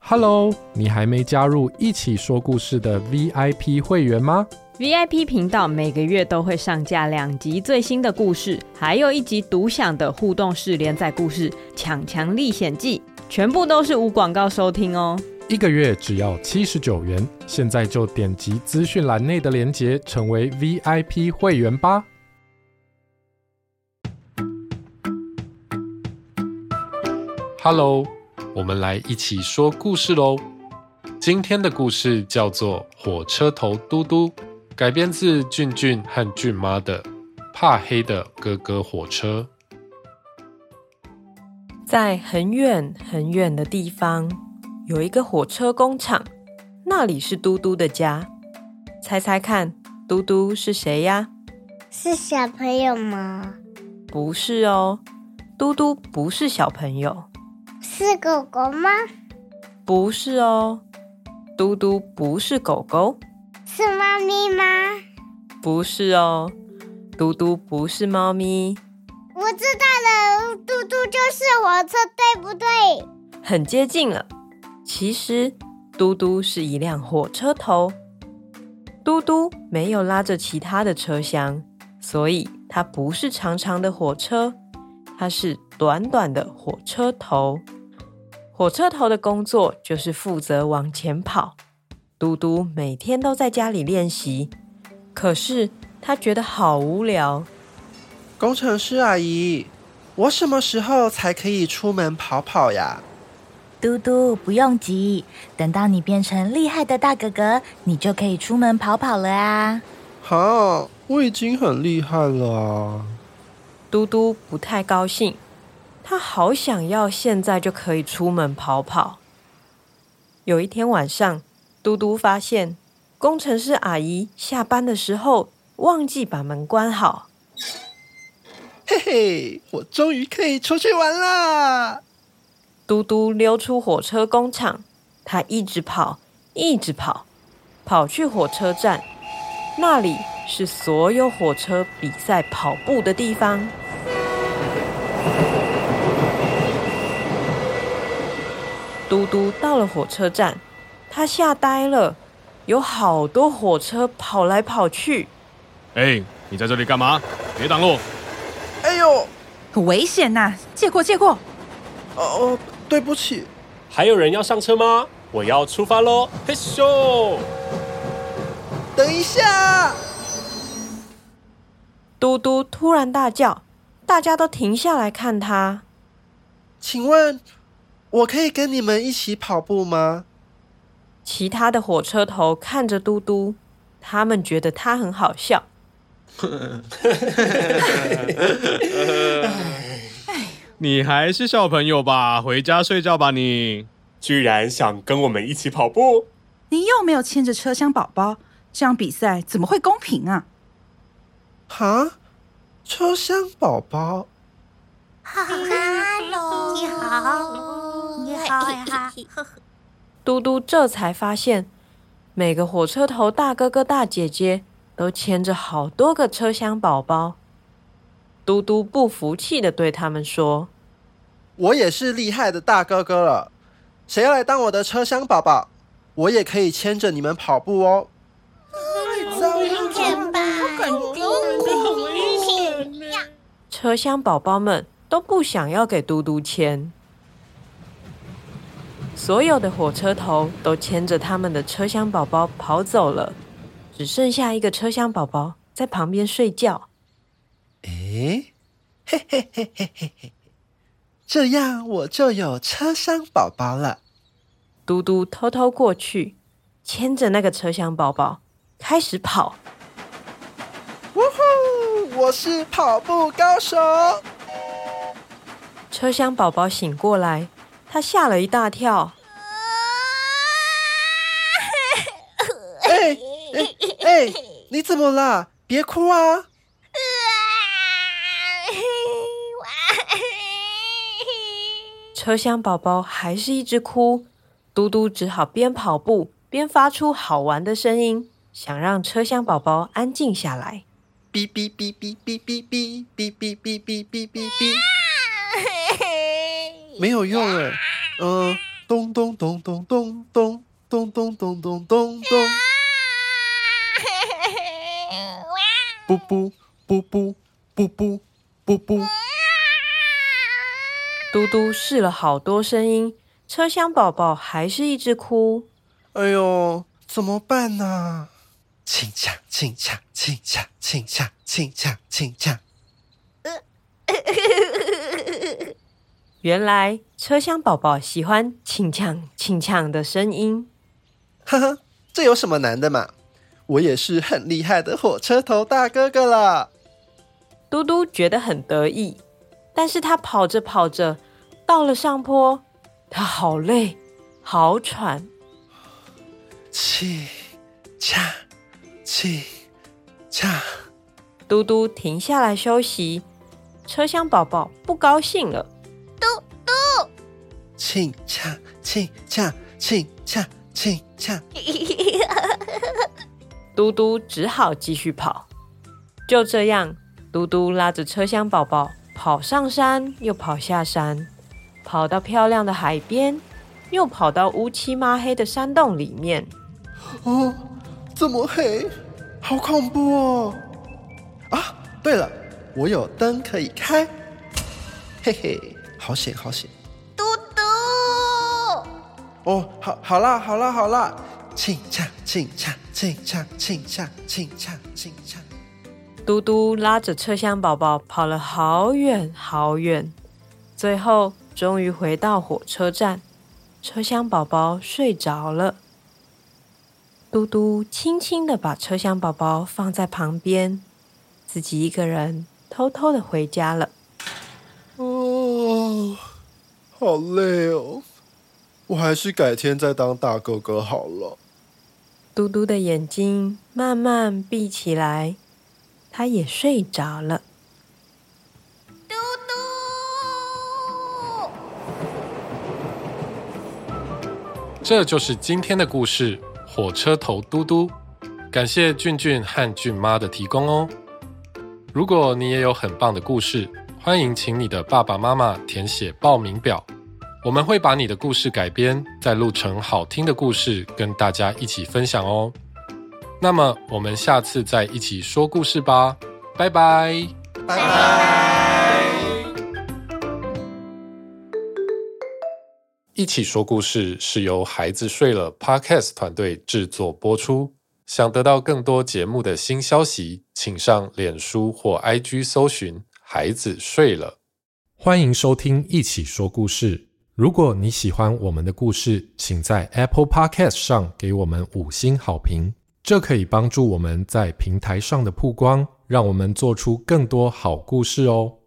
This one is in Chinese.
Hello， 你还没加入一起说故事的 VIP 会员吗？ VIP 频道每个月都会上架2集最新的故事，还有1集独享的互动式连载故事《强强历险记》，全部都是无广告收听哦。 1个月只要79元，现在就点击资讯栏内的连结，成为 VIP 会员吧。Hello， 我们来一起说故事咯。今天的故事叫做《火车头嘟嘟》，改编自俊俊和俊妈的《怕黑的哥哥火车》。 在很远很远的地方，有一个火车工厂，那里是嘟嘟的家。猜猜看，嘟嘟是谁呀？ 是小朋友吗？ 不是哦，嘟嘟不是小朋友。 是狗狗吗？ 不是哦，嘟嘟不是狗狗。 是猫咪吗？ 不是哦，嘟嘟不是猫咪。 我知道了，嘟嘟就是火车，对不对？ 很接近了。其实嘟嘟是一辆火车头，嘟嘟没有拉着其他的车厢，所以它不是长长的火车，它是短短的火车头。火车头的工作就是负责往前跑。嘟嘟每天都在家里练习，可是他觉得好无聊。 工程师阿姨，我什么时候才可以出门跑跑呀？ 嘟嘟，不用急，等到你变成厉害的大哥哥，你就可以出门跑跑了啊！ 哈，我已经很厉害了啊！ 嘟嘟不太高兴，他好想要现在就可以出门跑跑。有一天晚上，嘟嘟发现工程师阿姨下班的时候忘记把门关好。 嘿嘿，我终于可以出去玩啦！ 嘟嘟溜出火车工厂，他一直跑，一直跑，跑去火车站，那里是所有火车比赛跑步的地方。嘟嘟到了火车站，他吓呆了，有好多火车跑来跑去。 你在这里干嘛？别挡路！ 哎呦， 很危险呐！借过借过。 对不起。 还有人要上车吗？我要出发咯！嘿咻！ 等一下！ 嘟嘟突然大叫，大家都停下来看他。 请问，我可以跟你们一起跑步吗？ 其他的火车头看着嘟嘟，他们觉得他很好笑。 你还是小朋友吧，回家睡觉吧你。 居然想跟我们一起跑步？ 你又没有牵着车厢宝宝，这样比赛怎么会公平啊？ 哈？车厢宝宝？ 哈喽，你好，你好呀！ 嘟嘟这才发现，每个火车头大哥哥大姐姐都牵着好多个车厢宝宝。嘟嘟不服气地对他们说： 我也是厉害的大哥哥了，谁要来当我的车厢宝宝？我也可以牵着你们跑步哦。车厢宝宝们都不想要给嘟嘟牵。所有的火车头都牵着他们的车厢宝宝跑走了，只剩下一个车厢宝宝在旁边睡觉。 嘿嘿嘿嘿嘿嘿，这样我就有车厢宝宝了。 嘟嘟偷偷过去，牵着那个车厢宝宝开始跑。 呜呼，我是跑步高手！ 车厢宝宝醒过来，他吓了一大跳。 你怎么了？别哭啊！ 车厢宝宝还是一直哭，嘟嘟只好边跑步边发出好玩的声音，想让车厢宝宝安静下来。 哔哔哔哔哔哔哔哔哔哔哔哔哔哔，没有用哎。 咚咚咚咚咚咚咚咚咚咚咚咚，布布布布布布布布。 嘟嘟试了好多声音，车厢宝宝还是一直哭。 哎呦，怎么办呢？轻呛轻呛轻呛轻呛轻呛轻呛。 原来车厢宝宝喜欢轻呛轻呛的声音。 呵呵，这有什么难的嘛？我也是很厉害的火车头大哥哥啦。 嘟嘟觉得很得意，但是他跑着跑着，到了上坡，他好累，好喘。 气恰气恰。 嘟嘟停下来休息，车厢宝宝不高兴了。 嘟嘟， 轻恰轻恰轻恰轻恰。 嘟嘟只好继续跑。就这样，嘟嘟拉着车厢宝宝跑上山，又跑下山，跑到漂亮的海边，又跑到乌漆抹黑的山洞里面。 哦，这么黑，好恐怖哦！啊，对了，我有灯可以开，嘿嘿，好险好险！ 嘟嘟， 哦，好啦，轻恰轻恰轻恰轻恰轻恰轻恰。 嘟嘟拉着车厢宝宝跑了好远好远，最后终于回到火车站，车厢宝宝睡着了。嘟嘟轻轻地把车厢宝宝放在旁边，自己一个人偷偷地回家了。 哦，好累哦，我还是改天再当大哥哥好了。 嘟嘟的眼睛慢慢闭起来，他也睡着了。 嘟嘟， 这就是今天的故事，火车头嘟嘟。感谢俊俊和俊妈的提供哦。如果你也有很棒的故事，欢迎请你的爸爸妈妈填写报名表，我们会把你的故事改编，再录成好听的故事，跟大家一起分享哦。那么我们下次再一起说故事吧，拜拜， 拜拜。 一起说故事是由孩子睡了 Podcast 团队制作播出。想得到更多节目的新消息，请上脸书或 IG 搜寻孩子睡了。欢迎收听一起说故事。如果你喜欢我们的故事，请在 Apple Podcast 上给我们5星好评，这可以帮助我们在平台上的曝光，让我们做出更多好故事哦。